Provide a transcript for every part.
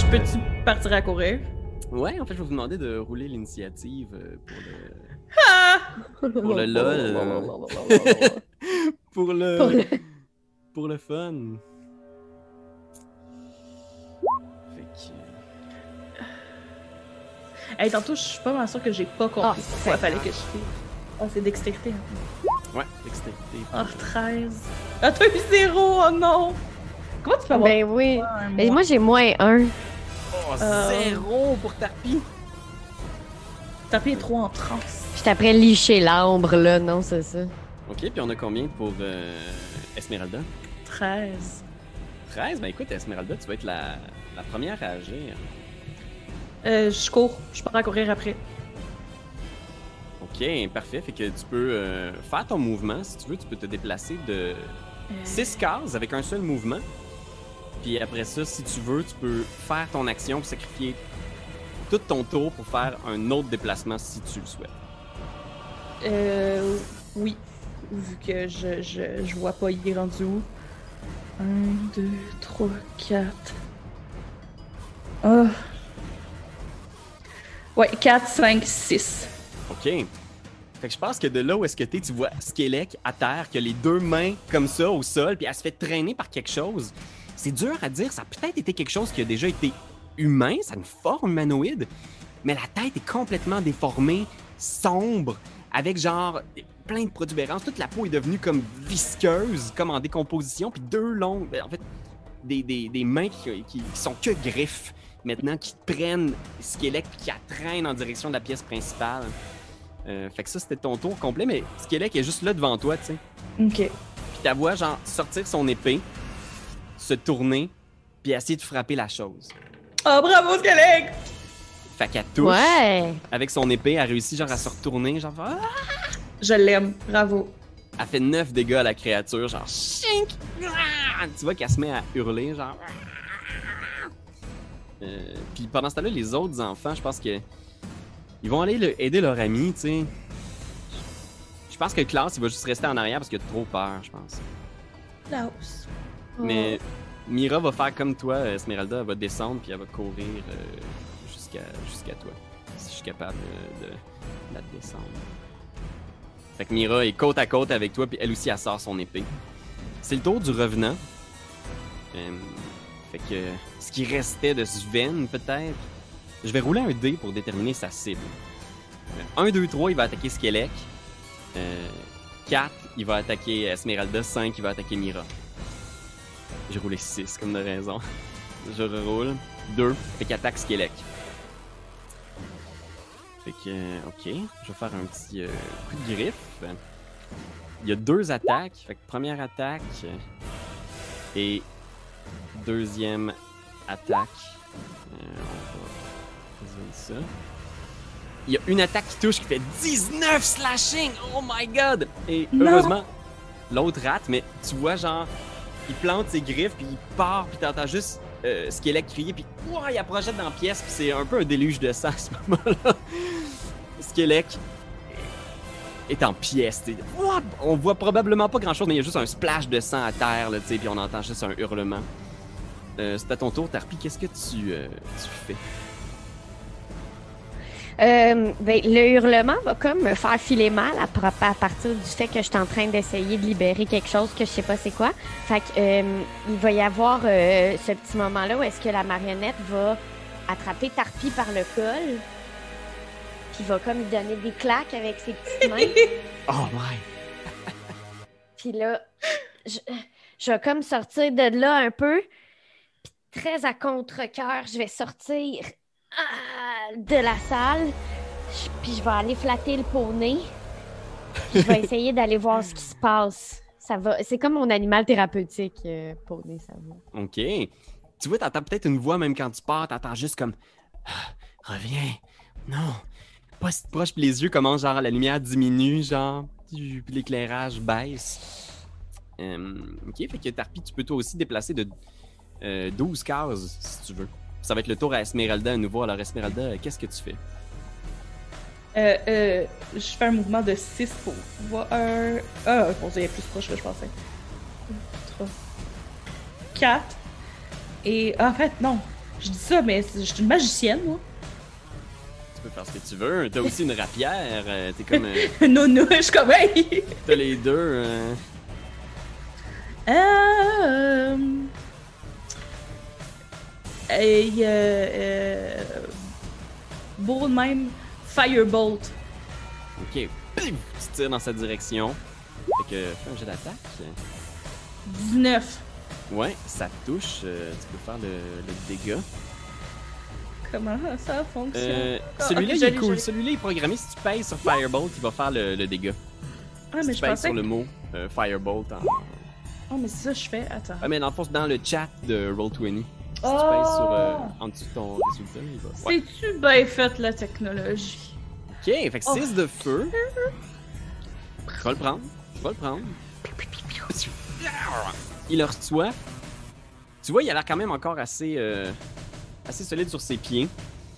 peux-tu partir à courir? Ouais, en fait, je vais vous demander de rouler l'initiative pour le... Ah! Pour le LOL. Pour le... Pour le- Pour le fun. Fait que... Hey, tantôt, je suis pas mal sûre que j'ai pas compris Ah, pourquoi fallait que je fasse. Ah, c'est dextérité. Ouais, dextérité. Ah, 13. Ah, t'as eu 0, oh non! Comment tu peux avoir Ben oui. un Mais moins? moi, j'ai -1. Oh, 0 pour Tarpi. Tapé 3 en transe. J'étais après licher l'ambre, là. Non, c'est ça. Ok, puis on a combien pour Esmeralda? 13. 13? Ben écoute, Esmeralda, tu vas être la première à agir. Je cours. Je pars à courir après. Ok, parfait. Fait que tu peux faire ton mouvement. Si tu veux, tu peux te déplacer de 6 cases avec un seul mouvement. Puis après ça, si tu veux, tu peux faire ton action puis sacrifier tout ton tour pour faire un autre déplacement si tu le souhaites. Oui. Vu que je vois pas, il est rendu où? 1, 2, 3, 4. Ah. Ouais, 4, 5, 6. Ok. Fait que je pense que de là où est-ce que tu vois Skellec à terre, qui a les deux mains comme ça au sol, puis elle se fait traîner par quelque chose. C'est dur à dire, ça a peut-être été quelque chose qui a déjà été humain, ça a une forme humanoïde, mais la tête est complètement déformée, sombre, avec genre plein de protubérances. Toute la peau est devenue comme visqueuse, comme en décomposition, puis deux longues, en fait, des mains qui sont que griffes maintenant, qui prennent Skellec puis qui la traînent en direction de la pièce principale. Fait que ça, c'était ton tour complet, mais Skellec est juste là devant toi, tu sais. Ok. Puis ta voix, genre, sortir son épée, se tourner, puis essayer de frapper la chose. Oh, bravo, Skellec! Fait qu'elle touche. Ouais. Avec son épée, elle réussit genre à se retourner, genre... Ah! Je l'aime. Bravo. Elle fait 9 dégâts à la créature, genre... Chink! Ah! Tu vois qu'elle se met à hurler, genre... Puis pendant ce temps-là, les autres enfants, je pense que... Ils vont aller aider leur ami, tu sais. Je pense que Klaus, il va juste rester en arrière parce qu'il a trop peur, je pense. Klaus. Mais Mira va faire comme toi, Esmeralda, elle va descendre puis elle va courir jusqu'à toi. Si je suis capable de la descendre. Fait que Mira est côte à côte avec toi puis elle aussi, elle sort son épée. C'est le tour du revenant. Fait que ce qui restait de Sven, peut-être. Je vais rouler un dé pour déterminer sa cible. 1, 2, 3, il va attaquer Skellec. 4, il va attaquer Esmeralda. 5, il va attaquer Mira. J'ai roulé 6 comme de raison. Je reroule. 2, fait qu'il attaque Skellec. Fait que, ok, je vais faire un petit coup de griffe. Il y a 2 attaques. Fait que première attaque et deuxième attaque. Ça. Il y a une attaque qui touche qui fait 19 slashing! Oh my god! Et heureusement, l'autre rate, mais tu vois, genre, il plante ses griffes, puis il part, puis t'entends juste Skellec crier, puis ouah, il approche dans la pièce, puis c'est un peu un déluge de sang à ce moment-là. Skellec est en pièce, t'sais. Ouah, on voit probablement pas grand-chose, mais il y a juste un splash de sang à terre, là, puis on entend juste un hurlement. C'est à ton tour, Tarpi, qu'est-ce que tu fais? Ben, le hurlement va comme me faire filer mal à partir du fait que je suis en train d'essayer de libérer quelque chose que je sais pas c'est quoi. Fait que il va y avoir ce petit moment-là où est-ce que la marionnette va attraper Tarpi par le col, puis va comme lui donner des claques avec ses petites mains. Oh my! Puis là, je vais comme sortir de là un peu, puis très à contre-cœur, je vais sortir de la salle, puis je vais aller flatter le poney, puis je vais essayer d'aller voir ce qui se passe. Ça va, c'est comme mon animal thérapeutique, poney, ça va. Ok. Tu vois, t'entends peut-être une voix même quand tu pars, t'entends juste comme ah, reviens, non, pas si proche, puis les yeux commencent, genre la lumière diminue, genre, puis l'éclairage baisse. Ok, fait que Tarpi, tu peux toi aussi déplacer de 12 cases si tu veux. Ça va être le tour à Esmeralda à nouveau. Alors, Esmeralda, qu'est-ce que tu fais? Je fais un mouvement de 6 pour voir. Ah, mon Dieu, il est plus proche que je pensais. 3, 4. Et en fait, non. Je dis ça, mais je suis une magicienne, moi. Tu peux faire ce que tu veux. T'as aussi une rapière. T'es comme. Non, non, je suis comme, hey! T'as les deux. Et, beau de même, Firebolt. Ok. Pif! Tu tires dans sa direction. Fait que fais un jet d'attaque. 19. Ouais, ça touche. Tu peux faire le dégât. Comment ça fonctionne? Celui-là, ok, il est joli, cool. joli. Celui-là, il est programmé. Si tu pèses sur Firebolt, il va faire le dégât. Ah, Si mais tu je pèses pensais sur le que... mot Firebolt. Oh, mais c'est ça que je fais. Attends. Ah, mais dans le fond, c'est dans le chat de Roll20. Si tu Oh! pèses sur, en dessous de ton résultat, il va. Ouais. C'est-tu bien fait, la technologie? Ok, fait que Oh. 6 de feu. Je vais le prendre. Je vais le prendre. Il le reçoit. Tu vois, il a l'air quand même encore assez solide sur ses pieds.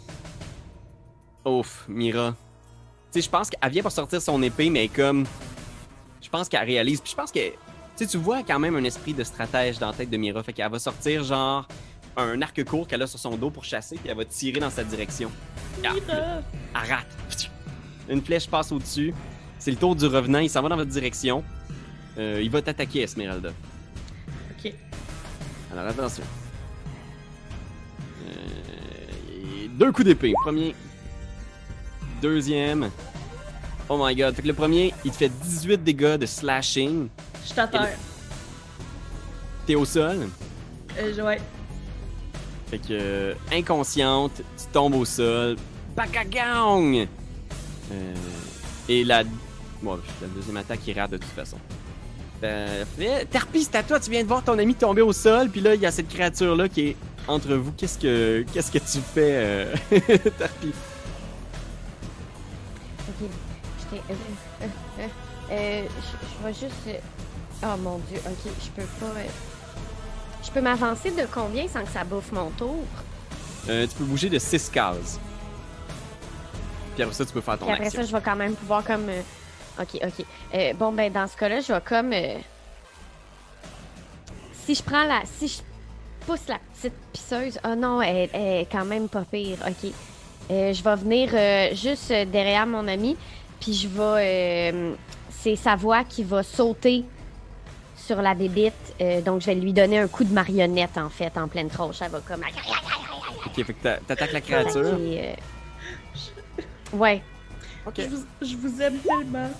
Ouf, Mira. Tu sais, je pense qu'elle vient pour sortir son épée, mais comme. Je pense qu'elle réalise. Puis je pense que. Tu sais, tu vois quand même un esprit de stratège dans la tête de Mira. Fait qu'elle va sortir, genre, un arc court qu'elle a sur son dos pour chasser, puis elle va tirer dans sa direction. Ah, Mira! elle rate. Une flèche passe au-dessus. C'est le tour du revenant. Il s'en va dans votre direction. Il va t'attaquer, Esmeralda. Ok. Alors attention. Et 2 coups d'épée. Premier. Deuxième. Oh my god. Fait que le premier, il te fait 18 dégâts de slashing. Je suis à terre. T'es au sol. Ouais. Fait que inconsciente, tu tombes au sol. Bagagang! Et la deuxième attaque, il rate de toute façon. Tarpi, c'est à toi, tu viens de voir ton ami tomber au sol, puis là, il y a cette créature-là qui est entre vous. Qu'est-ce que tu fais, Tarpi? Ok, je vais juste... Oh mon dieu, ok, je peux pas... Je peux m'avancer de combien sans que ça bouffe mon tour? Tu peux bouger de 6 cases. Puis après ça, tu peux faire ton Puis après action. ça, je vais quand même pouvoir comme... Ok. Bon, ben dans ce cas-là, je vais comme... Si je pousse la petite pisseuse... Oh non, elle est quand même pas pire. Ok. Je vais venir juste derrière mon ami, puis je vais... c'est sa voix qui va sauter sur la bébite. Donc, je vais lui donner un coup de marionnette, en fait, en pleine tronche. Elle va comme... Ok, fait que t'attaques la créature. attaquer, Ouais. Ok. Je vous aime tellement.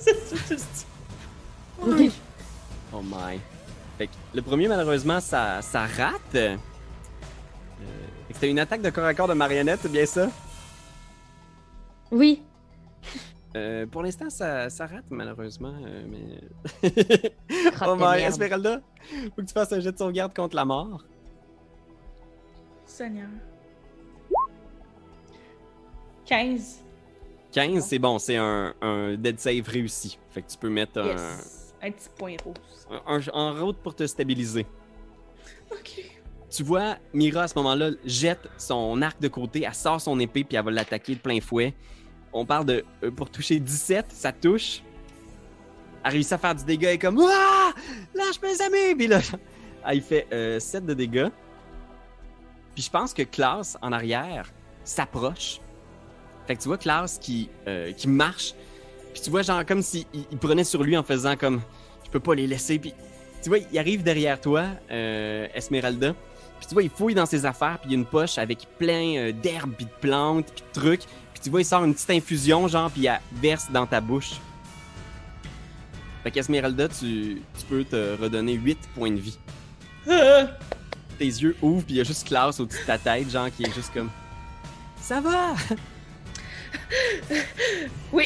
Oui. Oh my. Fait que le premier, malheureusement, ça rate. Fait que c'était une attaque de corps à corps de marionnette, c'est bien ça? Oui. Pour l'instant, ça rate, malheureusement. Mais... Crotte oh de my, merde. Esmeralda, faut que tu fasses un jet de sauvegarde contre la mort. Seigneur. 15. 15, c'est bon, c'est un dead save réussi. Fait que tu peux mettre Yes. Un petit point rose. en route pour te stabiliser. Ok. Tu vois, Mira, à ce moment-là, jette son arc de côté, elle sort son épée, puis elle va l'attaquer de plein fouet. On parle de... pour toucher 17, ça touche. Elle réussit à faire du dégât, elle est comme... Ouah! Lâche mes amis! Puis là, elle fait 7 de dégâts. Puis je pense que Klaus, en arrière, s'approche. Fait que tu vois Klaus qui marche. Puis tu vois, genre, comme s'il il prenait sur lui en faisant comme... Je peux pas les laisser. Puis tu vois, il arrive derrière toi, Esmeralda. Puis tu vois, il fouille dans ses affaires, puis il y a une poche avec plein d'herbes, puis de plantes, puis de trucs. Puis tu vois, il sort une petite infusion, genre, puis elle verse dans ta bouche. Fait qu'Esmeralda, tu peux te redonner 8 points de vie. Tes yeux ouvrent, puis il y a juste Klaus au-dessus de ta tête, genre, qui est juste comme... Ça va! Oui.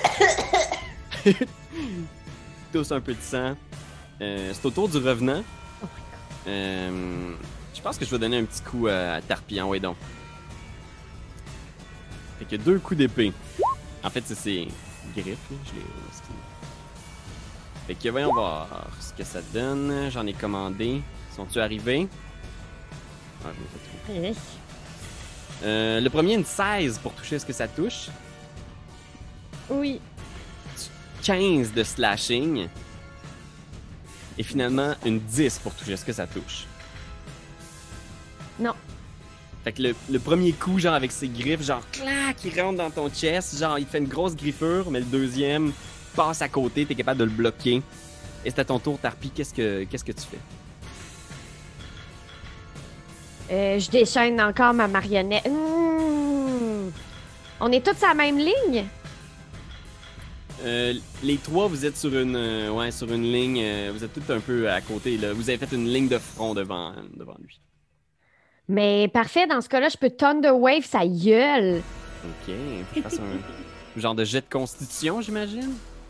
Tousse un peu de sang. C'est au tour du revenant. Oh my god. Je pense que je vais donner un petit coup à Tarpian, ouais donc. Fait que 2 coups d'épée. En fait, c'est ses griffes, là. Je les... Fait que voyons voir ce que ça donne. J'en ai commandé. Sont-tu arrivés? Ah, je me fais trop. Le premier, une 16 pour toucher. Est-ce que ça touche? Oui. 15 de slashing. Et finalement, une 10 pour toucher. Est-ce que ça touche? Non. Fait que le premier coup, genre avec ses griffes, genre clac, il rentre dans ton chest, genre il fait une grosse griffure, mais le deuxième passe à côté, t'es capable de le bloquer. Et c'est à ton tour, Tarpi, qu'est-ce que tu fais? Je déchaîne encore ma marionnette. On est tous sur la même ligne? Les trois, vous êtes sur une ligne, vous êtes tous un peu à côté, là. Vous avez fait une ligne de front devant lui. Mais parfait, dans ce cas-là, je peux Thunder Wave sa gueule. Ok, faut que je fasse un genre de jet de constitution, j'imagine?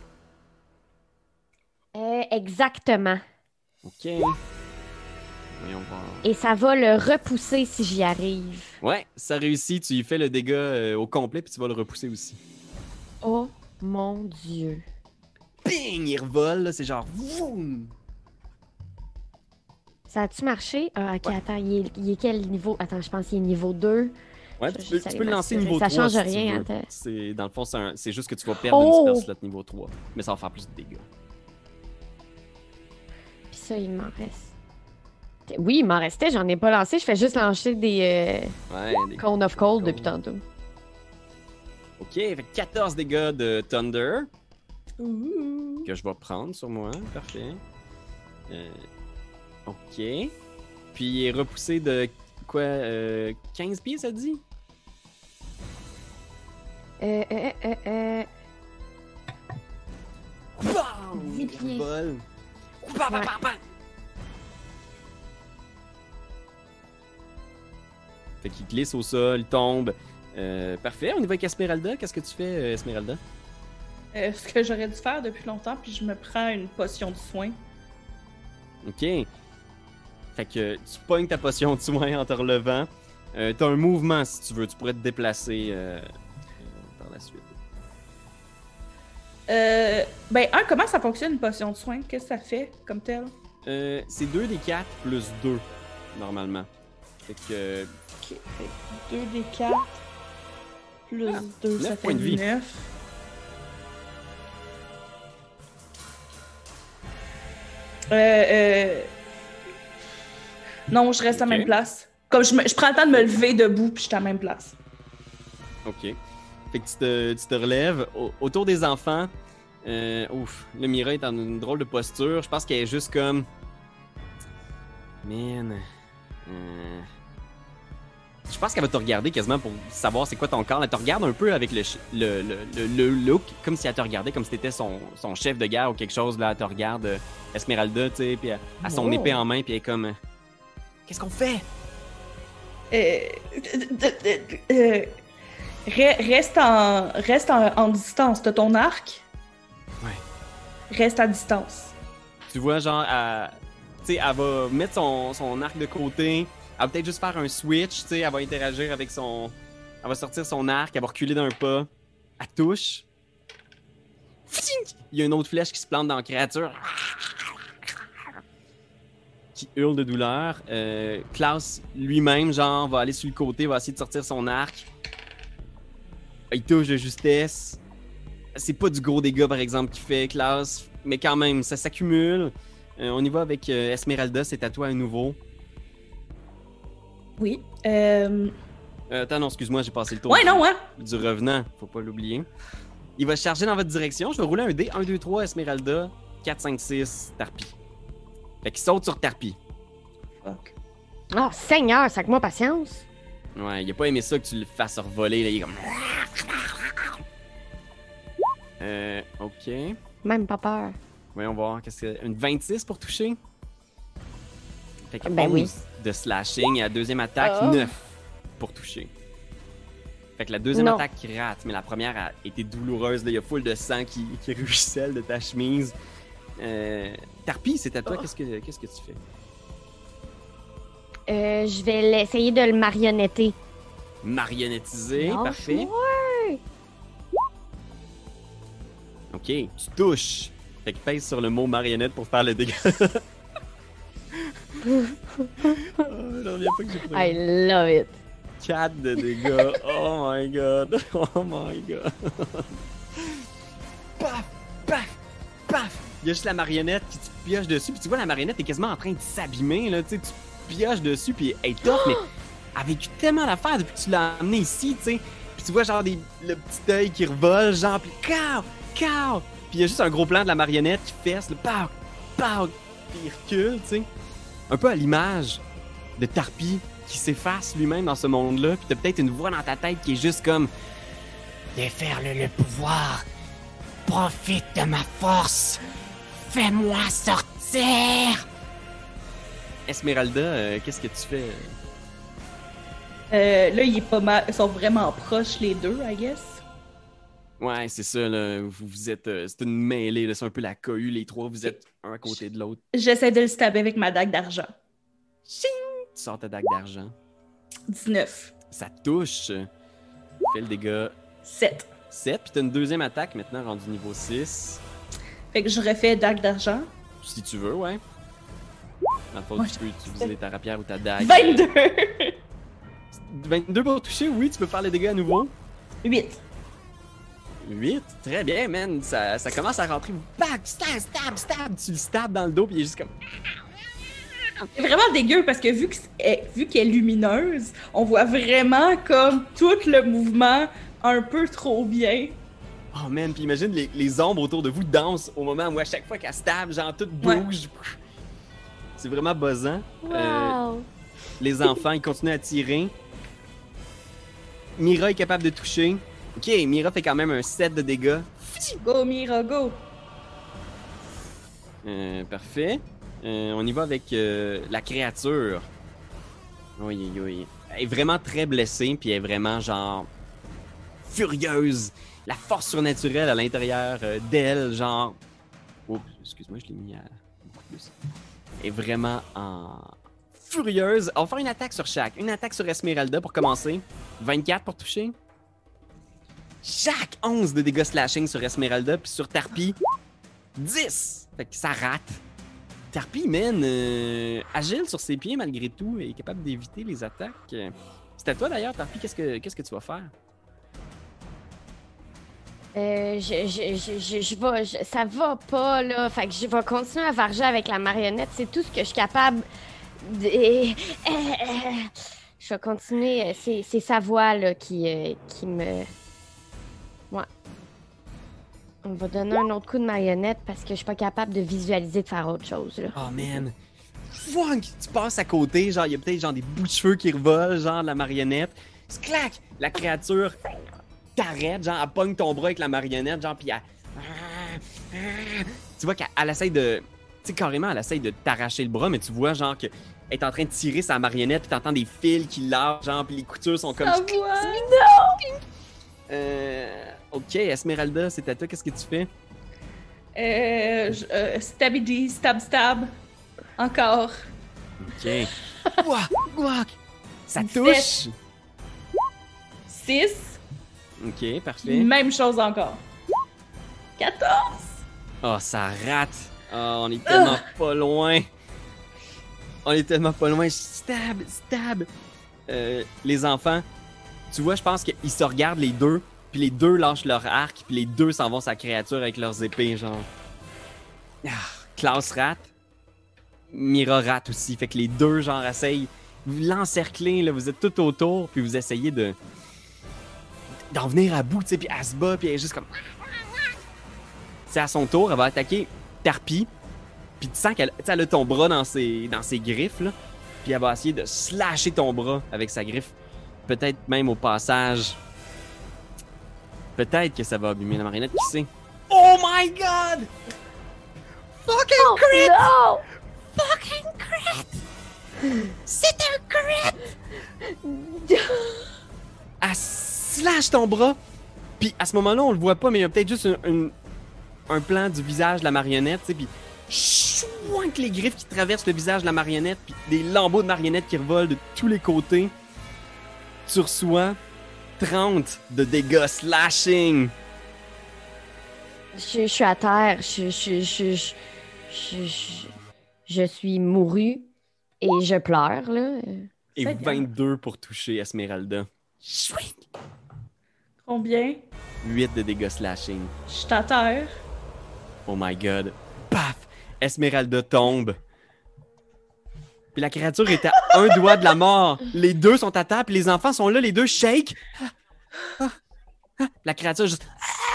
Exactement. Ok. Voyons voir. Et ça va le repousser si j'y arrive. Ouais, ça réussit, tu lui fais le dégât au complet, puis tu vas le repousser aussi. Oh mon Dieu. Ping! Il revole, là, c'est genre... Vroom! Ça a-tu marché? Ah, ok, Ouais. attends, il est quel niveau? Attends, je pense qu'il est niveau 2. Ouais, Je- tu je peux savais le lancer m'assurer. niveau Ça 3 change si rien, tu veux. attends. Dans le fond, c'est juste que tu vas perdre Oh! une spell slot niveau 3. Mais ça va faire plus de dégâts. Puis ça, il m'en reste. Oui, il m'en restait, j'en ai pas lancé. Je fais juste lancer des Ouais, des... Cone of Cold depuis tantôt. Ok, fait 14 dégâts de Thunder, Ouh. que je vais prendre sur moi. Parfait. Ok. Puis il est repoussé de quoi? 15 pieds, ça dit? Bam! 10 pieds. Il vole. Bam, bam, bam, bam! Fait qu'il glisse au sol, il tombe. Parfait, on y va avec Esmeralda. Qu'est-ce que tu fais, Esmeralda? Ce que j'aurais dû faire depuis longtemps, puis je me prends une potion de soin. Ok. Fait que tu pognes ta potion de soin en te relevant. T'as un mouvement si tu veux. Tu pourrais te déplacer par la suite. Comment ça fonctionne une potion de soin? Qu'est-ce que ça fait comme tel? C'est 2 des 4 plus 2, normalement. Fait que... Ok, 2 des 4 plus 2, ça 9 fait points de vie. 9. Non, je reste à la Ok. même place. Comme je prends le temps de me lever debout, puis je suis à la même place. Ok. Fait que tu te relèves. Autour des enfants, le Mira est en une drôle de posture. Je pense qu'elle est juste comme... Man... Je pense qu'elle va te regarder quasiment pour savoir c'est quoi ton corps. Elle te regarde un peu avec le look, comme si elle te regardait comme si t'étais son chef de guerre ou quelque chose. Là, elle te regarde, Esmeralda, tu sais, puis elle a son Oh. épée en main, puis elle est comme... Qu'est-ce qu'on fait? Reste en distance. T'as ton arc? Ouais. Reste à distance. Tu vois, genre, tu sais, elle va mettre son arc de côté. Elle va peut-être juste faire un switch, tu sais. Elle va interagir avec son... Elle va sortir son arc, elle va reculer d'un pas. Elle touche. Fting! Il y a une autre flèche qui se plante dans la créature. Qui hurle de douleur. Klaus, lui-même, genre, va aller sur le côté, va essayer de sortir son arc. Il touche de justesse. C'est pas du gros dégât, par exemple, qu'il fait, Klaus. Mais quand même, ça s'accumule. On y va avec Esmeralda, c'est à toi à nouveau. Oui. Attends, non, excuse-moi, j'ai passé le tour Ouais, non, ouais. du revenant. Faut pas l'oublier. Il va se charger dans votre direction. Je vais rouler un dé. 1, 2, 3, Esmeralda. 4, 5, 6, Tarpi. Fait qu'il saute sur Tarpi. Fuck. Oh, Seigneur, ça que moi patience. Ouais, il a pas aimé ça que tu le fasses revoler. Là. Il est comme... OK. Même pas peur. Voyons voir. Qu'est-ce que... Une 26 pour toucher? Fait que Ben 11 oui. de slashing. Et la deuxième attaque, Oh. 9 pour toucher. Fait que la deuxième Non. attaque rate, mais la première a été douloureuse. Là. Il y a full de sang qui ruisselle de ta chemise. Tarpi, c'est à toi. Oh. Qu'est-ce que tu fais? Je vais essayer de le marionnetter. Marionnettisé, Lâche-moi. parfait. Ok, tu touches. Fait que pèse sur le mot marionnette pour faire le dégât. J'en reviens pas que j'ai pris I love it. 4 de dégâts. Oh my god. Oh my god. Paf, paf, paf. Il y a juste la marionnette qui te pioche dessus. Puis tu vois, la marionnette est quasiment en train de s'abîmer. Là. Tu sais, tu pioches dessus, puis elle est tough, mais a vécu tellement d'affaires depuis que tu l'as emmené ici, tu sais. Puis tu vois genre le petit œil qui revole, genre, puis cow, cow. Puis il y a juste un gros plan de la marionnette qui fesse, le pow, pow, puis il recule, tu sais. Un peu à l'image de Tarpi qui s'efface lui-même dans ce monde-là. Puis t'as peut-être une voix dans ta tête qui est juste comme déferle le pouvoir, profite de ma force, fais-moi sortir. Esmeralda, qu'est-ce que tu fais? Là, il est pas mal. Ils sont vraiment proches, les deux, I guess. Ouais, c'est ça, là. Vous êtes. C'est une mêlée, là. C'est un peu la cohue, les trois. Vous êtes un à côté de l'autre. J'essaie de le stabber avec ma dague d'argent. Ching! Tu sors ta dague d'argent. 19. Ça touche. Fais le dégât 7. 7. Puis t'as une deuxième attaque maintenant, rendue niveau 6. Fait que je refais dague d'argent. Si tu veux, ouais. Dans le fond, Moi, tu peux utiliser ta rapière ou ta dague. 22! 22 pour toucher, oui, tu peux faire les dégâts à nouveau. 8. 8, très bien, man. Ça commence à rentrer. Back, stab, stab, stab. Tu le stabs dans le dos, puis il est juste comme. C'est vraiment dégueu parce que vu qu'elle est lumineuse, on voit vraiment comme tout le mouvement un peu trop bien. Oh man, puis imagine les ombres autour de vous dansent au moment où à chaque fois qu'elle stab, genre tout bouge. C'est vraiment buzzant. Wow! Les enfants, ils continuent à tirer. Mira est capable de toucher. Ok, Mira fait quand même un 7 de dégâts. Go, Mira, go! Parfait. On y va avec la créature. Oui, oui. Elle est vraiment très blessée, puis elle est vraiment genre furieuse. La force surnaturelle à l'intérieur d'elle, genre. Oups, excuse-moi, je l'ai mis à beaucoup plus. Elle est vraiment en furieuse. On va faire une attaque sur chaque. Une attaque sur Esmeralda pour commencer. 24 pour toucher. Chaque 11 de dégâts slashing sur Esmeralda, puis sur Tarpi, 10. Fait que ça rate. Tarpi, man, agile sur ses pieds malgré tout, et est capable d'éviter les attaques. C'est à toi d'ailleurs, Tarpi, qu'est-ce que tu vas faire? Ça va pas, là. Fait que je vais continuer à varger avec la marionnette. C'est tout ce que je suis capable de... Je vais continuer. C'est sa voix, là, qui me... Ouais. On va donner un autre coup de marionnette parce que je suis pas capable de visualiser de faire autre chose, là. Oh, man. Fouang, tu passes à côté, genre, il y a peut-être genre des bouts de cheveux qui revolent, genre, de la marionnette. Clac! La créature t'arrête, genre, elle pogne ton bras avec la marionnette, genre, pis elle... Tu vois qu'elle essaie de... Tu sais, carrément, elle essaie de t'arracher le bras, mais tu vois, genre, qu'elle est en train de tirer sa marionnette, pis t'entends des fils qui lâchent, genre, pis les coutures sont comme... Ok, Esmeralda, c'est à toi, qu'est-ce que tu fais? Stabby, stab. Encore. Ok. Ouah, ouah. Ça touche! 6. Ok, parfait. Même chose encore. 14. Oh, ça rate. Oh, on est tellement pas loin. On est tellement pas loin. Stab, stab. Les enfants, tu vois, je pense qu'ils se regardent les deux, puis les deux lâchent leur arc, puis les deux s'en vont sa créature avec leurs épées, genre. Klaus rate. Mira rate aussi. Fait que les deux, genre, essayent. Vous l'encerclez, là, vous êtes tout autour, puis vous essayez d'en venir à bout, tu sais, puis elle se bat, puis elle est juste comme... C'est à son tour, elle va attaquer Tarpi, puis tu sens qu'elle a ton bras dans ses griffes, là, puis elle va essayer de slasher ton bras avec sa griffe. Peut-être même au passage... Peut-être que ça va abîmer la marionnette, qui sait? Oh my god! Fucking crit! Non! Fucking crit! C'est un crit! Elle slash ton bras, puis à ce moment-là, on le voit pas, mais il y a peut-être juste un plan du visage de la marionnette, tu sais, puis chouinc les griffes qui traversent le visage de la marionnette, puis des lambeaux de marionnette qui revolent de tous les côtés. Tu reçois 30 de dégâts slashing. Je suis à terre. Je suis mourue et je pleure, là. Et C'est bien. 22 pour toucher Esmeralda. Chouing! Combien? 8 de dégâts slashing. Je suis à terre. Oh my god. Paf! Esmeralda tombe. Puis la créature est à un doigt de la mort. Les deux sont à terre, puis les enfants sont là, les deux shake. La créature juste...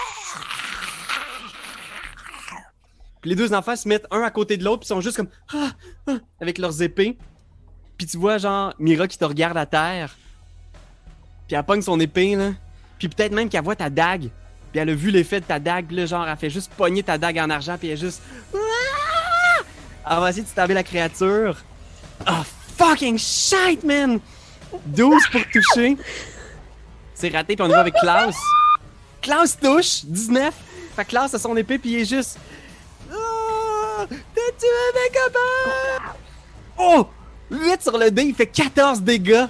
Puis les deux enfants se mettent un à côté de l'autre, puis sont juste comme... avec leurs épées. Puis tu vois, genre, Mira qui te regarde à terre. Puis elle pogne son épée, là. Puis peut-être même qu'elle voit ta dague. Puis elle a vu l'effet de ta dague, là, genre, elle fait juste pogner ta dague en argent, puis elle est juste... Elle va essayer de stabber la créature. Oh, fucking shit, man! 12 pour toucher. C'est raté, puis on y va avec Klaus. Klaus touche, 19. Fait que Klaus a son épée, puis il est juste... Oh! T'as tué mes copains! Oh! 8 sur le dé, il fait 14 dégâts.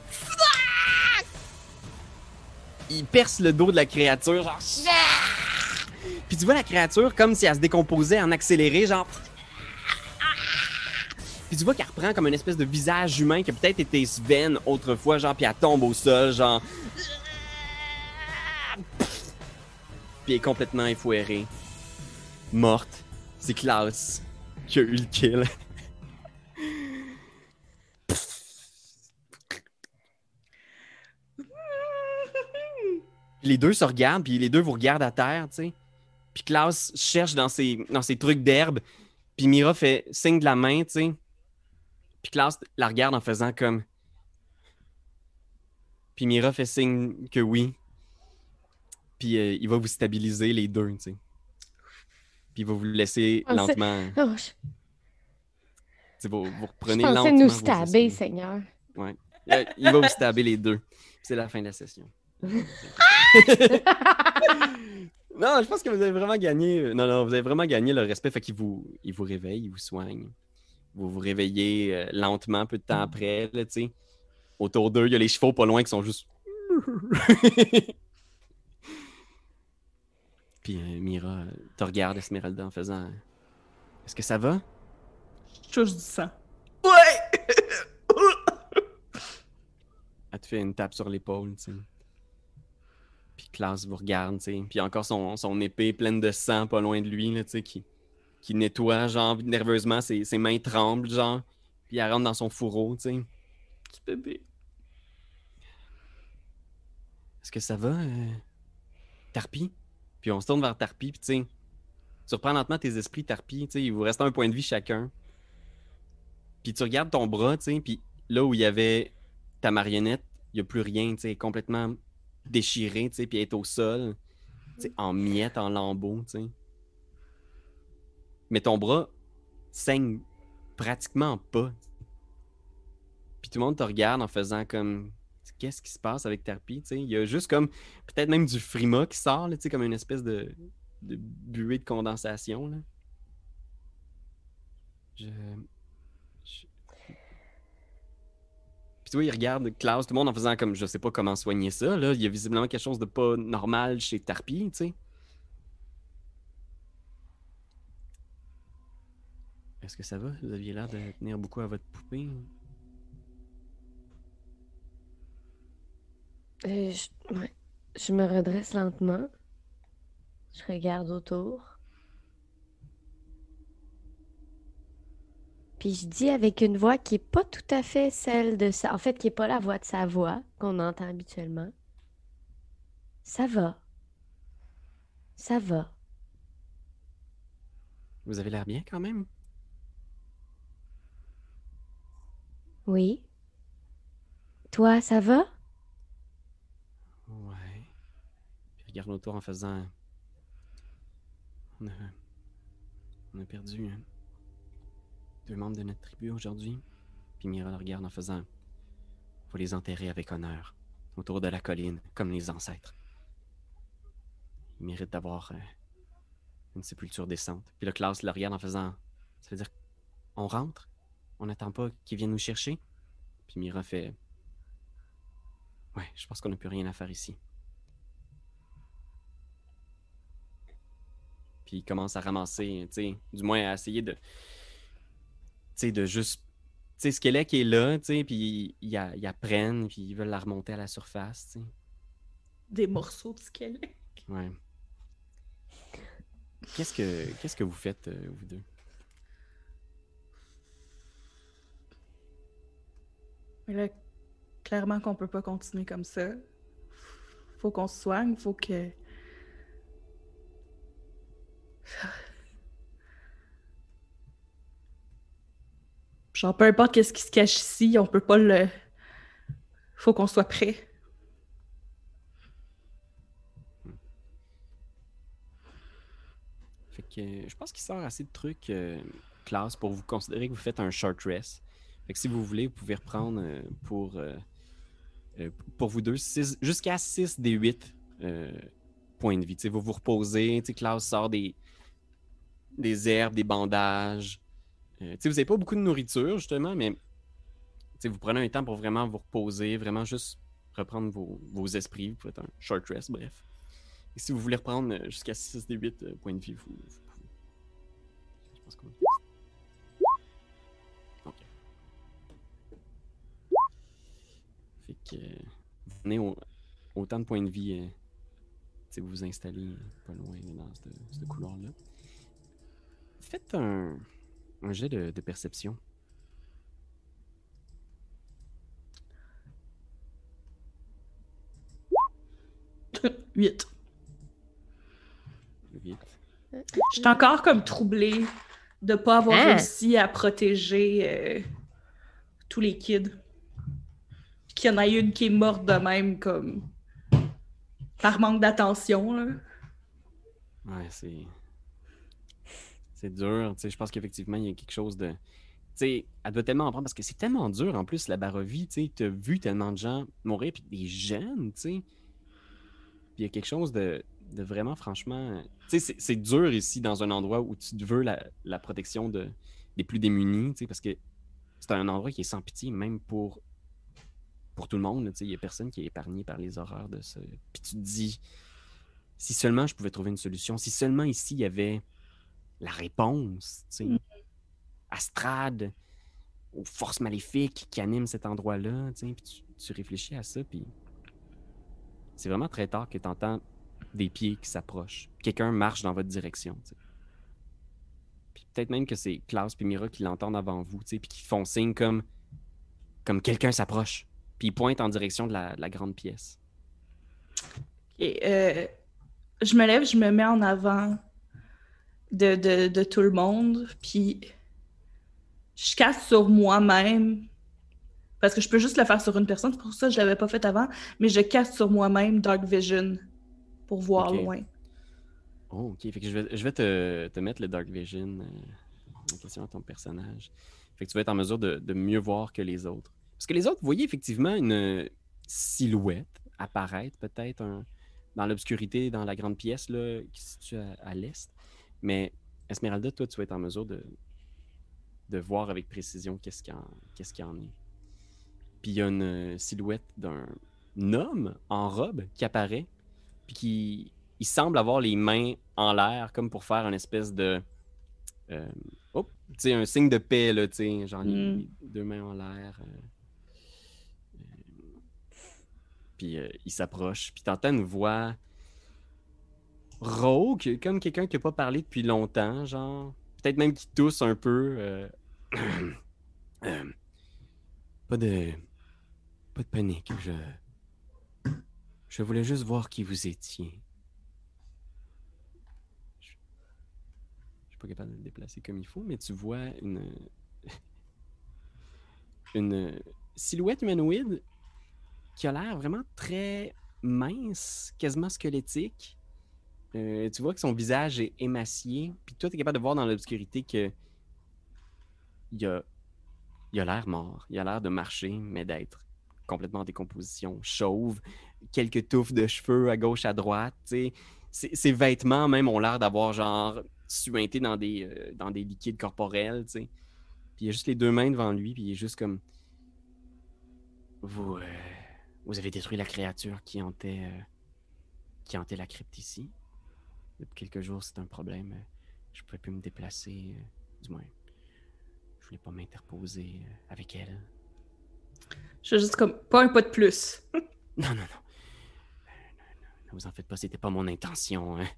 Il perce le dos de la créature, genre... Puis tu vois la créature comme si elle se décomposait en accéléré, genre... Puis tu vois qu'elle reprend comme une espèce de visage humain qui a peut-être été Sven autrefois, genre, puis elle tombe au sol, genre... Puis elle est complètement effoirée. Morte. C'est Klaus qui a eu le kill. Les deux se regardent, puis les deux vous regardent à terre, tu sais. Puis Klaus cherche dans ses trucs d'herbe, puis Mira fait signe de la main, tu sais. Puis Klaus la regarde en faisant comme... Puis Mira fait signe que oui. Puis il va vous stabiliser les deux, tu sais. Puis il va vous laisser lentement... Oh, Vous reprenez je lentement pensais nous vos stabber, esprits. Seigneur. Ouais. Il va vous stabber les deux. C'est la fin de la session. Non, je pense que vous avez vraiment gagné. Non, vous avez vraiment gagné le respect. Fait qu'il vous réveille, il vous soigne. Vous vous réveillez lentement, peu de temps après, là, tu sais. Autour d'eux, il y a les chevaux pas loin qui sont juste... Puis Mira te regarde, Esmeralda, en faisant... Est-ce que ça va? Je touche du sang. Ouais! Elle te fait une tape sur l'épaule, tu sais. Puis Klaus vous regarde, tu sais. Puis encore son épée pleine de sang pas loin de lui, là, tu sais, qui nettoie, genre, nerveusement, ses mains tremblent, genre. Puis elle rentre dans son fourreau, tu sais. Petit bébé. Est-ce que ça va, Tarpi? Puis on se tourne vers Tarpi, puis tu sais, tu reprends lentement tes esprits, Tarpi, tu sais, il vous reste un point de vie chacun. Puis tu regardes ton bras, tu sais, puis là où il y avait ta marionnette, il n'y a plus rien, tu sais, complètement déchiré, tu sais, puis elle est au sol, tu sais, en miettes, en lambeaux, tu sais. Mais ton bras saigne pratiquement pas. Puis tout le monde te regarde en faisant comme... Qu'est-ce qui se passe avec Tarpi, tu sais? Il y a juste comme... Peut-être même du frima qui sort, là, tu sais, comme une espèce de buée de condensation, là. Puis tu vois, il regarde Klaus, tout le monde en faisant comme... Je sais pas comment soigner ça, là. Il y a visiblement quelque chose de pas normal chez Tarpi, tu sais. Est-ce que ça va? Vous aviez l'air de tenir beaucoup à votre poupée. Ouais. Je me redresse lentement. Je regarde autour. Puis je dis avec une voix qui est pas tout à fait celle de ça. En fait, qui est pas la voix de sa voix qu'on entend habituellement. Ça va. Ça va. Vous avez l'air bien quand même. Oui. Toi, ça va? Ouais. Puis regarde autour en faisant... On a perdu 2 membres de notre tribu aujourd'hui. Puis Mira le regarde en faisant... Faut les enterrer avec honneur. Autour de la colline, comme les ancêtres. Ils méritent d'avoir une sépulture décente. Puis le Klaus le regarde en faisant... Ça veut dire... On rentre? On n'attend pas qu'ils viennent nous chercher? Puis Mira fait... Ouais, je pense qu'on n'a plus rien à faire ici. Puis il commence à ramasser, tu sais, du moins à essayer de... Tu sais, de juste... Tu sais, Skelet qui est là, tu sais, puis ils apprennent, puis ils veulent la remonter à la surface, tu sais. Des morceaux de squelette. Ouais. Qu'est-ce que vous faites, vous deux? Mais là, clairement qu'on peut pas continuer comme ça. Faut qu'on se soigne, faut que... Genre, peu importe qu'est-ce qui se cache ici, on peut pas le... Faut qu'on soit prêt. Fait que je pense qu'il sort assez de trucs, classe, pour vous considérer que vous faites un short rest. Fait que si vous voulez, vous pouvez reprendre pour vous deux jusqu'à 6 des 8 points de vie. T'sais, vous vous reposez, Klaus sort des herbes, des bandages. Vous n'avez pas beaucoup de nourriture, justement, mais vous prenez un temps pour vraiment vous reposer, vraiment juste reprendre vos esprits. Vous faites un short rest, bref. Et si vous voulez reprendre jusqu'à 6 des 8 points de vie, vous pouvez. Je pense qu'on... OK. Fait que vous venez autant de points de vie, vous vous installez pas loin dans ce couloir-là. Faites un jet de perception. 8. 8. J'étais encore comme troublée de pas avoir réussi à protéger tous les kids. Puis qu'il y en a une qui est morte de même, comme par manque d'attention, là. Ouais, c'est dur. Je pense qu'effectivement, il y a quelque chose de... elle doit tellement en prendre parce que c'est tellement dur en plus, la Barovie. Tu as vu tellement de gens mourir, puis des jeunes, tu sais. Puis il y a quelque chose de vraiment, franchement... c'est dur ici, dans un endroit où tu veux la protection des plus démunis, parce que c'est un endroit qui est sans pitié, même pour tout le monde. Il n'y a personne qui est épargné par les horreurs de ça. Puis tu te dis, si seulement je pouvais trouver une solution, si seulement ici, il y avait la réponse, à Strahd, aux forces maléfiques qui animent cet endroit-là, puis tu réfléchis à ça, puis c'est vraiment très tard que tu entends des pieds qui s'approchent. Quelqu'un marche dans votre direction. Puis peut-être même que c'est Klaus et Mira qui l'entendent avant vous, puis qui font signe comme quelqu'un s'approche. Puis ils pointent en direction de la grande pièce. Et je me lève, je me mets en avant de tout le monde, puis je casse sur moi-même. Parce que je peux juste le faire sur une personne, c'est pour ça que je l'avais pas fait avant, mais je casse sur moi-même Dark Vision pour voir loin. Oh, ok. Fait que je vais te mettre le Dark Vision en question à ton personnage. Fait que tu vas être en mesure de mieux voir que les autres. Parce que les autres, vous voyez effectivement une silhouette apparaître peut-être dans l'obscurité, dans la grande pièce là, qui se situe à l'est. Mais Esmeralda, toi, tu vas être en mesure de voir avec précision qu'est-ce qu'il y en est. Puis il y a une silhouette d'un homme en robe qui apparaît, puis qui il semble avoir les mains en l'air, comme pour faire une espèce de... un signe de paix, là, genre les deux mains en l'air. Puis il s'approche, puis t'entends une voix rauque, comme quelqu'un qui n'a pas parlé depuis longtemps, genre. Peut-être même qui tousse un peu. Pas de panique, je voulais juste voir qui vous étiez. Je suis pas capable de me déplacer comme il faut, mais tu vois une silhouette humanoïde qui a l'air vraiment très mince, quasiment squelettique. Tu vois que son visage est émacié, puis toi, tu es capable de voir dans l'obscurité que il a l'air mort. Il a l'air de marcher, mais d'être complètement en décomposition, chauve, quelques touffes de cheveux à gauche, à droite. Ses vêtements même ont l'air d'avoir genre suinté dans des liquides corporels. T'sais. Puis il y a juste les deux mains devant lui, puis il est juste comme... Vous avez détruit la créature qui hantait la crypte ici. Depuis quelques jours, c'est un problème. Je pouvais plus me déplacer. Du moins, je voulais pas m'interposer avec elle. Je suis juste comme, pas un pas de plus. Non. Ne vous en faites pas, c'était pas mon intention. Hein.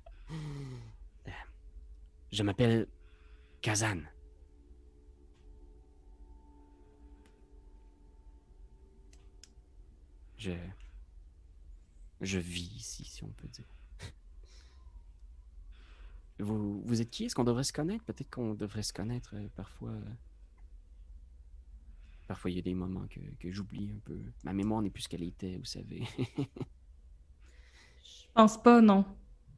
Je m'appelle Kazan. Je... Je vis ici, si on peut dire. Vous êtes qui? Est-ce qu'on devrait se connaître? Peut-être qu'on devrait se connaître parfois. Parfois, il y a des moments que j'oublie un peu. Ma mémoire n'est plus ce qu'elle était, vous savez. Je pense pas, non.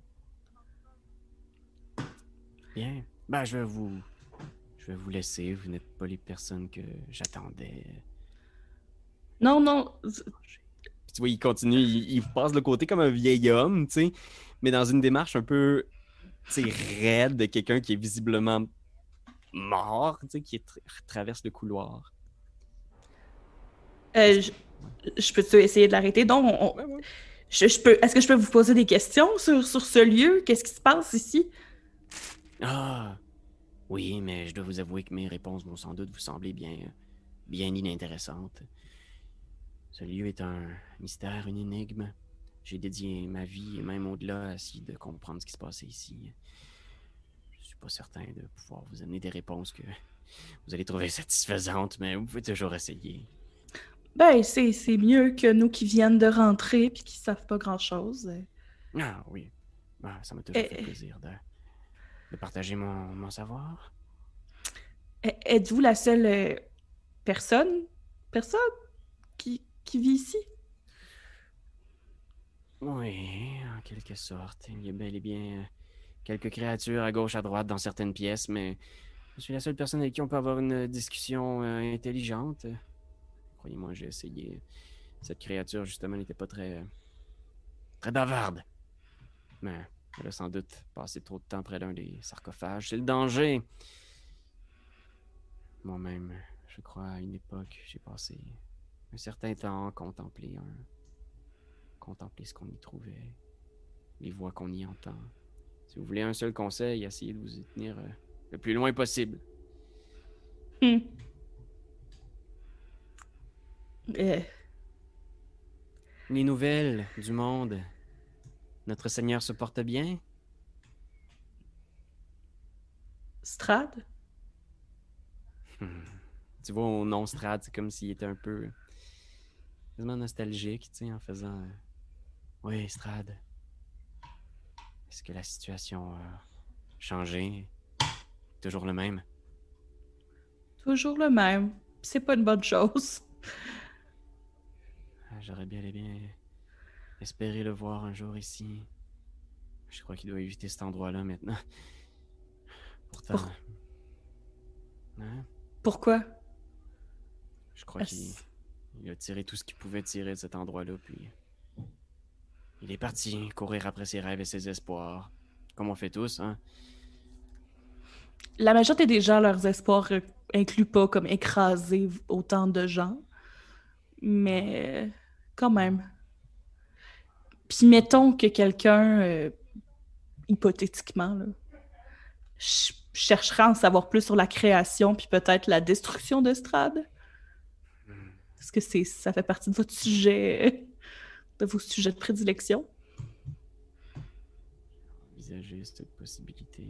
Bien. Ben, je vais vous laisser. Vous n'êtes pas les personnes que j'attendais. Non, non. Puis tu vois, il continue, il passe le côté comme un vieil homme, tu sais, mais dans une démarche un peu, tu sais, raide de quelqu'un qui est visiblement mort, tu sais, qui traverse le couloir. Je peux essayer de l'arrêter? Donc, Ouais, ouais. est-ce que je peux vous poser des questions sur ce lieu? Qu'est-ce qui se passe ici? Ah, oui, mais je dois vous avouer que mes réponses vont sans doute vous sembler bien inintéressantes. Ce lieu est un mystère, une énigme. J'ai dédié ma vie, et même au-delà, à essayer de comprendre ce qui se passait ici. Je suis pas certain de pouvoir vous amener des réponses que vous allez trouver satisfaisantes, mais vous pouvez toujours essayer. Ben, c'est mieux que nous qui viennent de rentrer puis qui savent pas grand-chose. Ah oui, ah, ça m'a toujours fait plaisir de partager mon savoir. Êtes-vous la seule personne qui vit ici? Oui, en quelque sorte. Il y a bel et bien quelques créatures à gauche, à droite dans certaines pièces, mais je suis la seule personne avec qui on peut avoir une discussion intelligente. Croyez-moi, j'ai essayé. Cette créature, justement, n'était pas très bavarde. Mais elle a sans doute passé trop de temps près d'un des sarcophages. C'est le danger. Moi-même, je crois, à une époque, j'ai passé un certain temps à contempler ce qu'on y trouvait, les voix qu'on y entend. Si vous voulez un seul conseil, essayez de vous y tenir le plus loin possible. Hmm. Les nouvelles du monde. Notre Seigneur se porte bien? Strad? Tu vois, au nom Strad, c'est comme s'il était un peu quasiment nostalgique, tu sais, en faisant oui, Strad. Est-ce que la situation a changé? Toujours le même? Toujours le même. C'est pas une bonne chose. J'aurais bien espéré le voir un jour ici. Je crois qu'il doit éviter cet endroit-là maintenant. Pourtant... Hein? Pourquoi? Je crois qu'il a tiré tout ce qu'il pouvait tirer de cet endroit-là, puis... Il est parti courir après ses rêves et ses espoirs. Comme on fait tous, hein? La majorité des gens, leurs espoirs incluent pas comme écraser autant de gens. Mais quand même. Puis mettons que quelqu'un, hypothétiquement, là, chercherait à en savoir plus sur la création puis peut-être la destruction de Strad. Est-ce que ça fait partie de votre sujet, de vos sujets de prédilection? Envisager cette possibilité.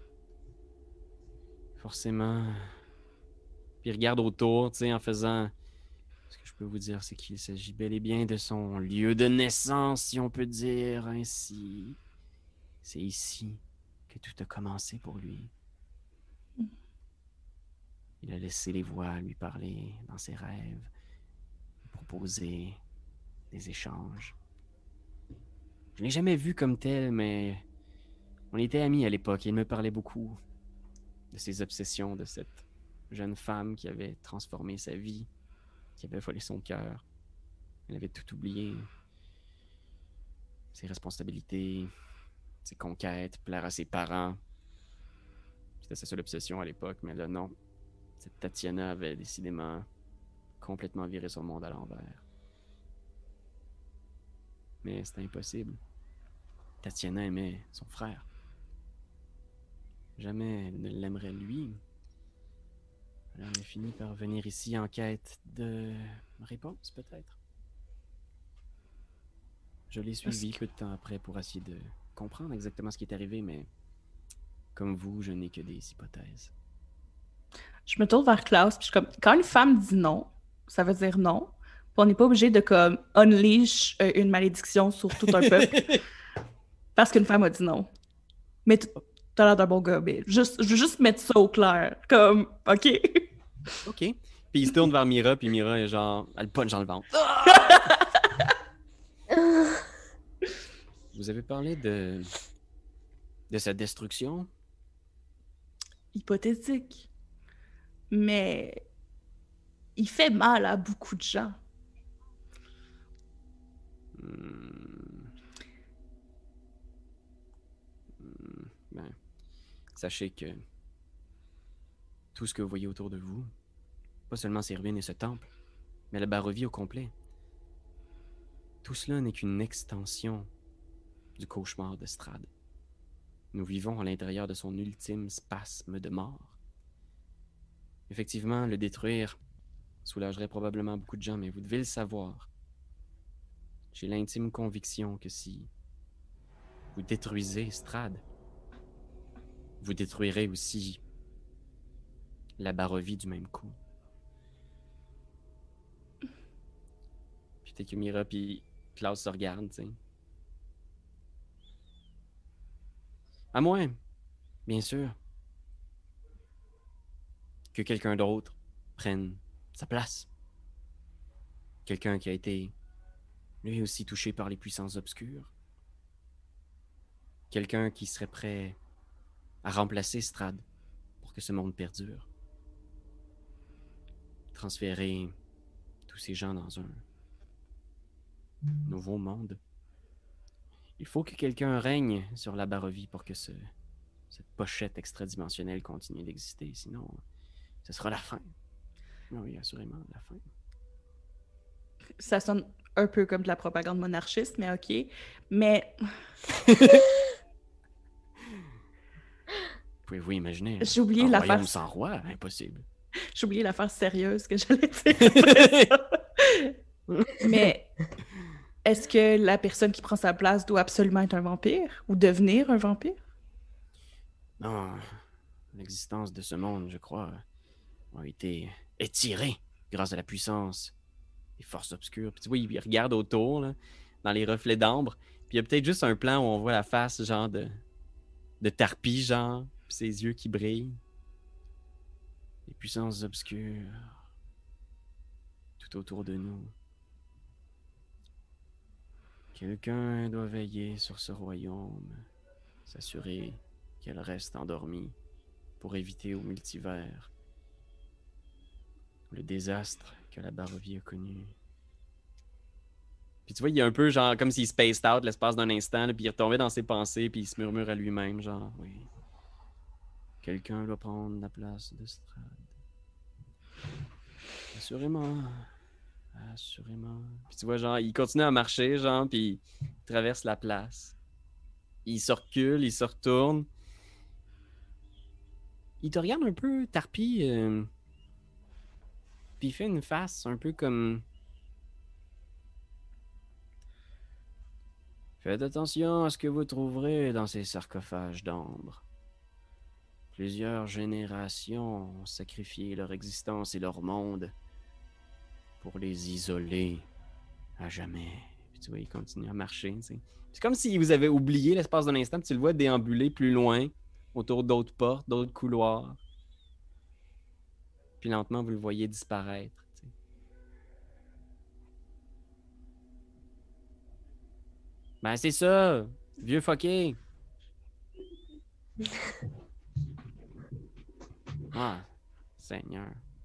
Forcément. Puis il regarde autour, tu sais, en faisant... Ce que je peux vous dire, c'est qu'il s'agit bel et bien de son lieu de naissance, si on peut dire ainsi. C'est ici que tout a commencé pour lui. Il a laissé les voix lui parler dans ses rêves, lui proposer des échanges. Je ne l'ai jamais vu comme tel, mais on était amis à l'époque et il me parlait beaucoup de ses obsessions, de cette jeune femme qui avait transformé sa vie, qui avait volé son cœur. Elle avait tout oublié. Ses responsabilités, ses conquêtes, plaire à ses parents. C'était sa seule obsession à l'époque, mais là, non. Cette Tatiana avait décidément complètement viré son monde à l'envers. Mais c'était impossible. Tatiana aimait son frère. Jamais elle ne l'aimerait lui. Alors on a fini par venir ici en quête de réponse, peut-être. Je l'ai suivi peu de temps après pour essayer de comprendre exactement ce qui est arrivé, mais comme vous, je n'ai que des hypothèses. Je me tourne vers Klaus, puis je suis comme, quand une femme dit non, ça veut dire non. Puis On n'est pas obligé de comme unleash une malédiction sur tout un peuple parce qu'une femme a dit non. Mais t'as l'air d'un bon gars, mais je veux juste mettre ça au clair. Comme, OK. OK. Puis il se tourne vers Mira, puis Mira est genre... Elle punch dans le ventre. Vous avez parlé de sa destruction? Hypothétique. Mais il fait mal à beaucoup de gens. Ben, sachez que tout ce que vous voyez autour de vous, pas seulement ces ruines et ce temple, mais la Barovie au complet, tout cela n'est qu'une extension du cauchemar de Strahd. Nous vivons à l'intérieur de son ultime spasme de mort. Effectivement, le détruire soulagerait probablement beaucoup de gens, mais vous devez le savoir. J'ai l'intime conviction que si vous détruisez Strahd, vous détruirez aussi la Barovie du même coup. Puis t'es que Mira puis Klaus se regardent, tu sais. À moins, bien sûr, que quelqu'un d'autre prenne sa place. Quelqu'un qui a été, lui aussi, touché par les puissances obscures. Quelqu'un qui serait prêt à remplacer Strahd pour que ce monde perdure. Transférer tous ces gens dans un nouveau monde. Il faut que quelqu'un règne sur la Barovie pour que cette pochette extradimensionnelle continue d'exister. Sinon, ce sera la fin. Oui, assurément, la fin. Ça sonne un peu comme de la propagande monarchiste, mais OK. Mais... Pouvez-vous imaginer j'ai oublié un l'affaire... royaume sans roi? Impossible. J'ai oublié l'affaire sérieuse que j'allais dire après ça. Mais est-ce que la personne qui prend sa place doit absolument être un vampire? Ou devenir un vampire? Non, l'existence de ce monde, je crois, a été étirée grâce à la puissance des forces obscures. Puis tu vois, il regarde autour, là, dans les reflets d'ambre, puis il y a peut-être juste un plan où on voit la face, genre, de Tarpi, genre, puis ses yeux qui brillent. Les puissances obscures tout autour de nous. Quelqu'un doit veiller sur ce royaume, s'assurer qu'elle reste endormie pour éviter au multivers le désastre que la Barovie a connu. Puis tu vois, il y a un peu genre comme s'il spaced out l'espace d'un instant, là, puis il retombait dans ses pensées, puis il se murmure à lui-même, genre, oui, quelqu'un doit prendre la place de Strahd. Assurément. Assurément. Puis tu vois, genre, il continue à marcher, genre, puis il traverse la place. Il se recule, il se retourne. Il te regarde un peu, Tarpi, puis il fait une face un peu comme... Faites attention à ce que vous trouverez dans ces sarcophages d'ambre. Plusieurs générations ont sacrifié leur existence et leur monde pour les isoler à jamais. Puis tu vois, il continue à marcher, tu sais. C'est comme si vous avez oublié l'espace d'un instant, puis tu le vois déambuler plus loin, autour d'autres portes, d'autres couloirs. Puis lentement, vous le voyez disparaître. Tu sais. Ben c'est ça, vieux fucké. Ah, Seigneur.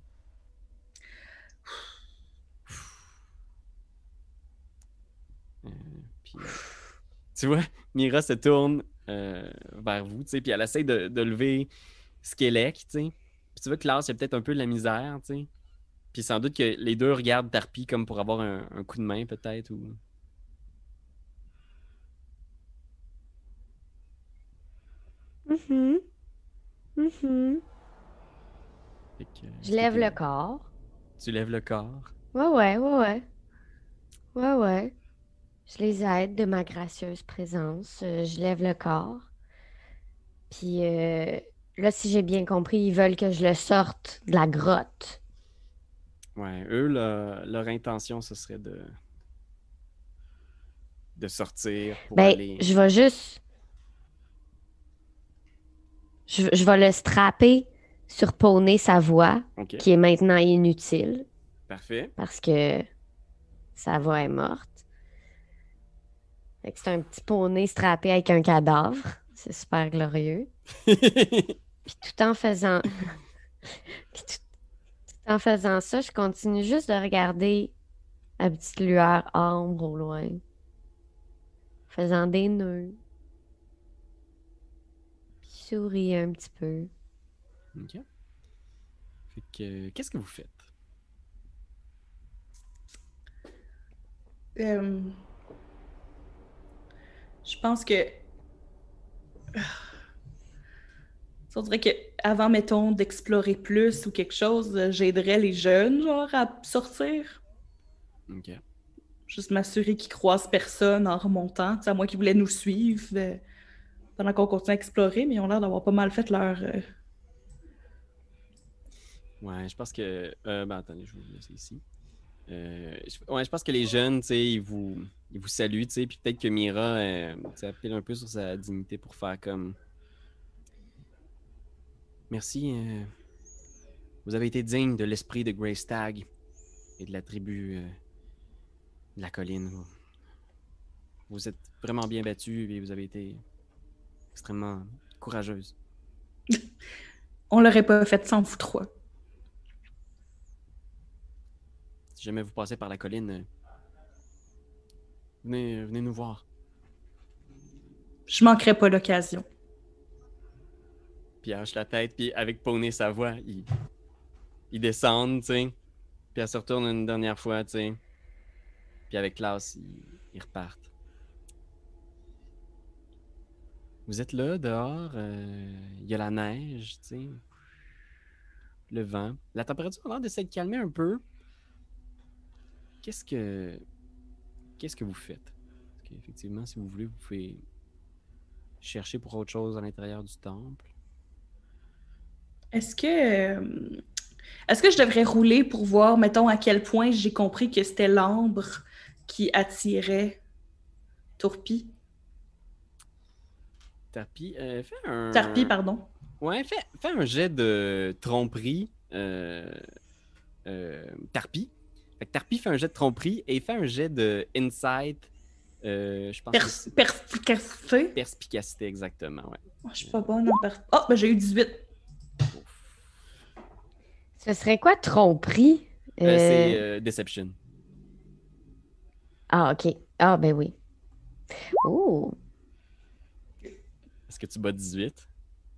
Puis, tu vois, Mira se tourne vers vous, tu sais, puis elle essaie de lever Skellek, tu sais. Puis tu vois que Klaus, il y a peut-être un peu de la misère, tu sais. Puis sans doute que les deux regardent Tarpi comme pour avoir un coup de main, peut-être, ou... Mhm. Mhm. Fait que, Je lève le corps. Tu lèves le corps. Ouais. Je les aide de ma gracieuse présence. Je lève le corps. Puis là, si j'ai bien compris, ils veulent que je le sorte de la grotte. Ouais, eux, leur intention, ce serait de sortir pour Ben, aller... je vais juste. Je vais le strapper sur Poney sa voix, OK, qui est maintenant inutile parfait. parce que sa voix est morte. Fait que c'est un petit poney strappé avec un cadavre. C'est super glorieux. Puis tout en faisant. Puis tout en faisant ça, je continue juste de regarder la petite lueur ambre au loin. Faisant des nœuds. Puis souris un petit peu. OK. Fait que, qu'est-ce que vous faites? Euh, je pense que... On dirait que avant, mettons, d'explorer plus ou quelque chose, j'aiderais les jeunes, genre, à sortir. OK. Juste m'assurer qu'ils croisent personne en remontant. T'sais, à moins qu'ils voulaient nous suivre pendant qu'on continue à explorer, mais ils ont l'air d'avoir pas mal fait leur... Ouais, je pense que... ben, attendez, je vais vous laisser ici. Ouais, je pense que les jeunes, tu sais, ils vous saluent, tu sais, puis peut-être que Mira, tu sais, appelle un peu sur sa dignité pour faire comme... Merci, vous avez été digne de l'esprit de Greystag et de la tribu de la colline. Vous êtes vraiment bien battus et vous avez été extrêmement courageuse. On l'aurait pas fait sans vous trois. Si jamais vous passez par la colline, venez nous voir. Je manquerai pas l'occasion. Puis elle hoche la tête, puis avec Poney sa voix, ils descendent, tu sais. Puis elle se retourne une dernière fois, tu sais. Puis avec Klaus, ils repartent. Vous êtes là, dehors, il y a la neige, tu sais. Le vent. La température a l'air de s'être calmée un peu. Qu'est-ce que vous faites? Parce qu'effectivement, si vous voulez, vous pouvez chercher pour autre chose à l'intérieur du temple. Est-ce que... Est-ce que je devrais rouler pour voir, mettons, à quel point j'ai compris que c'était l'ambre qui attirait Tourpi? Tarpi, fais un... Tarpi, pardon. Ouais, fais un jet de tromperie. Tarpi. Fait que Tarpi fait un jet de tromperie et fait un jet de insight. Je pense que c'est Perspicacité? perspicacité, exactement, ouais. Oh, je suis pas bonne en Oh, ben j'ai eu 18. Ouf. Ce serait quoi tromperie? C'est Deception. Ah, ok. Ah, ben oui. Oh, Est-ce que tu bats 18?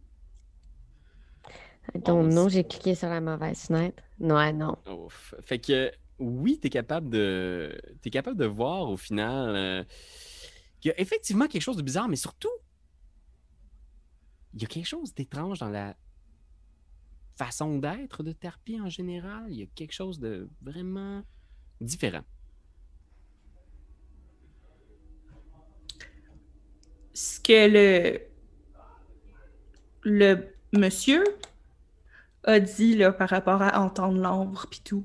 donc non, j'ai cliqué sur la mauvaise fenêtre. Non, non. Ouf. Fait que oui, t'es capable de voir au final qu'il y a effectivement quelque chose de bizarre, mais surtout, il y a quelque chose d'étrange dans la façon d'être de Tarpi en général. Il y a quelque chose de vraiment différent. Ce que le monsieur a dit là, par rapport à entendre l'ombre pis tout,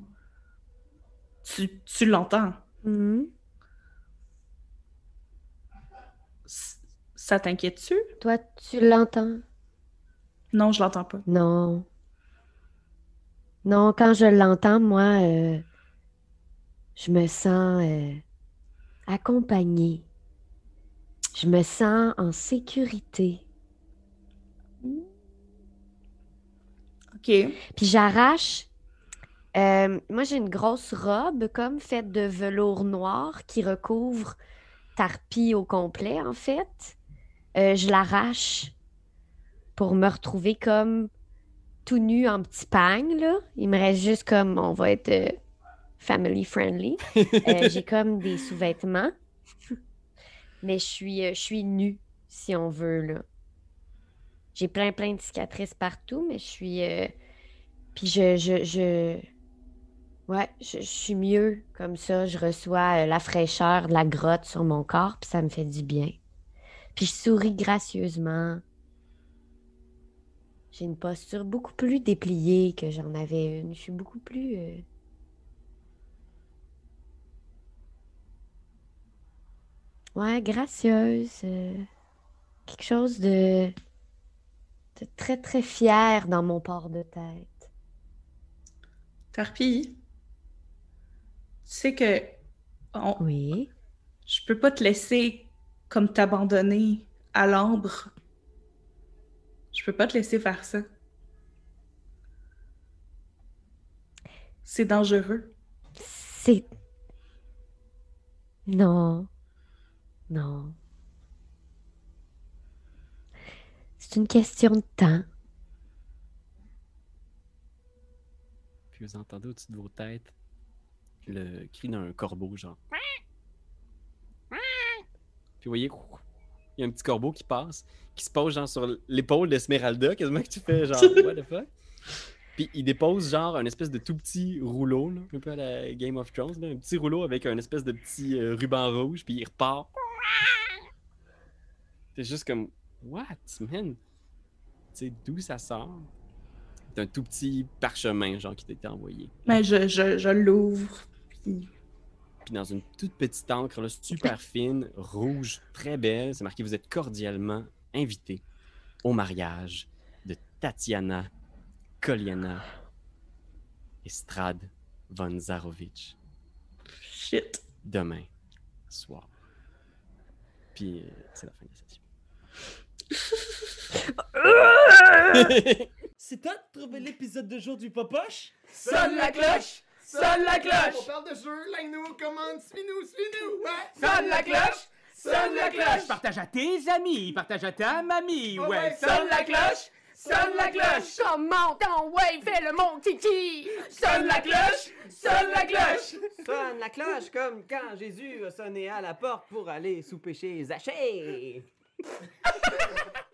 tu l'entends? Mhm. Ça t'inquiète-tu? Toi, tu l'entends? Non, je l'entends pas. Non. Non, quand je l'entends, moi, je me sens accompagnée. Je me sens en sécurité. OK. Puis j'arrache. Moi, j'ai une grosse robe comme faite de velours noir qui recouvre Tarpi au complet, en fait. Je l'arrache pour me retrouver comme tout nu en petit pagne, là. Il me reste juste comme, on va être family friendly. J'ai comme des sous-vêtements, mais je suis nue, si on veut, là. J'ai plein de cicatrices partout, mais je suis... Puis ouais, je suis mieux comme ça. Je reçois la fraîcheur de la grotte sur mon corps, puis ça me fait du bien. Puis je souris gracieusement. J'ai une posture beaucoup plus dépliée que j'en avais une. Je suis beaucoup plus Ouais, gracieuse. Quelque chose de très, très fier dans mon port de tête. Tarpi, tu sais que Oui. je peux pas te laisser comme t'abandonner à l'ambre. Je peux pas te laisser faire ça. C'est dangereux. C'est... Non. Non. C'est une question de temps. Puis vous entendez au-dessus de vos têtes le cri d'un corbeau, genre. Puis vous voyez, il y a un petit corbeau qui passe, qui se pose genre sur l'épaule d'Esmeralda, quasiment que tu fais genre, what the fuck? Puis il dépose genre un espèce de tout petit rouleau, là, un peu à la Game of Thrones, là, un petit rouleau avec un espèce de petit ruban rouge, puis il repart. C'est juste comme, what, man? Tu sais, d'où ça sort? C'est un tout petit parchemin, genre, qui t'a été envoyé. Mais je l'ouvre, puis... Puis dans une toute petite encre, là, super fine, rouge, très belle, c'est marqué « Vous êtes cordialement invités au mariage de Tatiana Koliana Estrade von Zarovich Shit. demain soir. » Puis c'est la fin de la session. C'est toi de trouver l'épisode de jour du Popoche? Sonne la cloche! Sonne la cloche! On parle de jeu, like-nous, commande, suis-nous, ouais! Sonne la cloche! Sonne la cloche! Partage à tes amis, partage à ta mamie, ouais! Sonne la cloche! Sonne la cloche! Comment ton wave fait le mon kiki? Sonne la cloche! Sonne la cloche! Sonne la cloche comme quand Jésus a sonné à la porte pour aller souper chez Zachée.